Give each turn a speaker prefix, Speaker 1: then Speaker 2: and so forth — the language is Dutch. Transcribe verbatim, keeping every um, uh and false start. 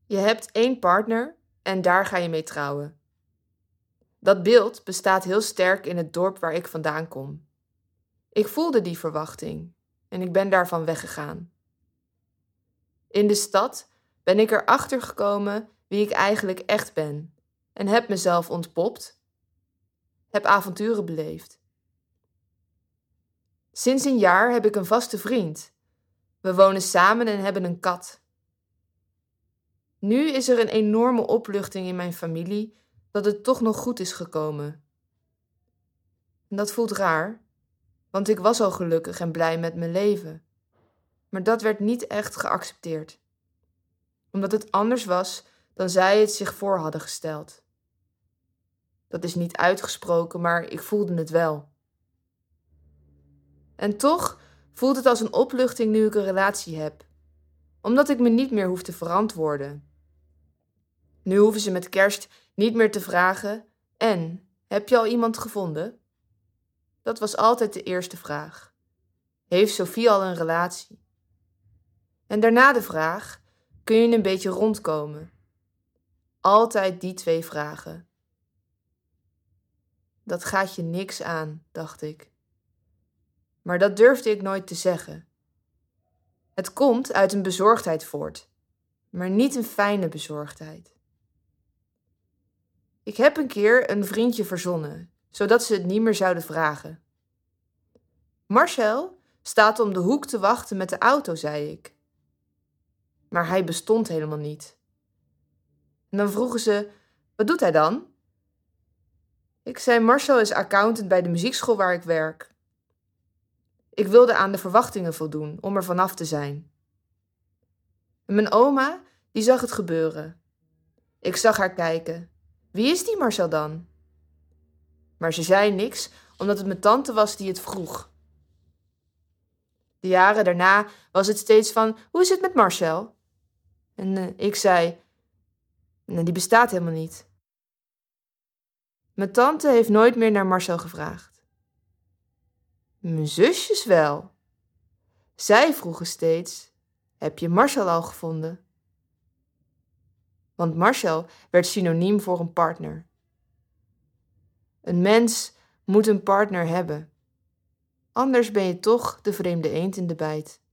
Speaker 1: Je hebt één partner en daar ga je mee trouwen. Dat beeld bestaat heel sterk in het dorp waar ik vandaan kom. Ik voelde die verwachting en ik ben daarvan weggegaan. In de stad ben ik erachter gekomen wie ik eigenlijk echt ben en heb mezelf ontpopt, heb avonturen beleefd. Sinds een jaar heb ik een vaste vriend. We wonen samen en hebben een kat. Nu is er een enorme opluchting in mijn familie dat het toch nog goed is gekomen. En dat voelt raar, want ik was al gelukkig en blij met mijn leven. Maar dat werd niet echt geaccepteerd, omdat het anders was dan zij het zich voor hadden gesteld. Dat is niet uitgesproken, maar ik voelde het wel. En toch voelt het als een opluchting nu ik een relatie heb, omdat ik me niet meer hoef te verantwoorden. Nu hoeven ze met kerst niet meer te vragen: en, heb je al iemand gevonden? Dat was altijd de eerste vraag. Heeft Sophie al een relatie? En daarna de vraag: kun je een beetje rondkomen? Altijd die twee vragen. Dat gaat je niks aan, dacht ik. Maar dat durfde ik nooit te zeggen. Het komt uit een bezorgdheid voort, maar niet een fijne bezorgdheid. Ik heb een keer een vriendje verzonnen, zodat ze het niet meer zouden vragen. Marcel staat om de hoek te wachten met de auto, zei ik. Maar hij bestond helemaal niet. En dan vroegen ze: wat doet hij dan? Ik zei: Marcel is accountant bij de muziekschool waar ik werk. Ik wilde aan de verwachtingen voldoen om er vanaf te zijn. En mijn oma, die zag het gebeuren. Ik zag haar kijken. Wie is die Marcel dan? Maar ze zei niks, omdat het mijn tante was die het vroeg. De jaren daarna was het steeds van: hoe is het met Marcel? En uh, ik zei: nee, die bestaat helemaal niet. Mijn tante heeft nooit meer naar Marcel gevraagd. Mijn zusjes wel. Zij vroegen steeds: heb je Marcel al gevonden? Want Marcel werd synoniem voor een partner. Een mens moet een partner hebben. Anders ben je toch de vreemde eend in de bijt.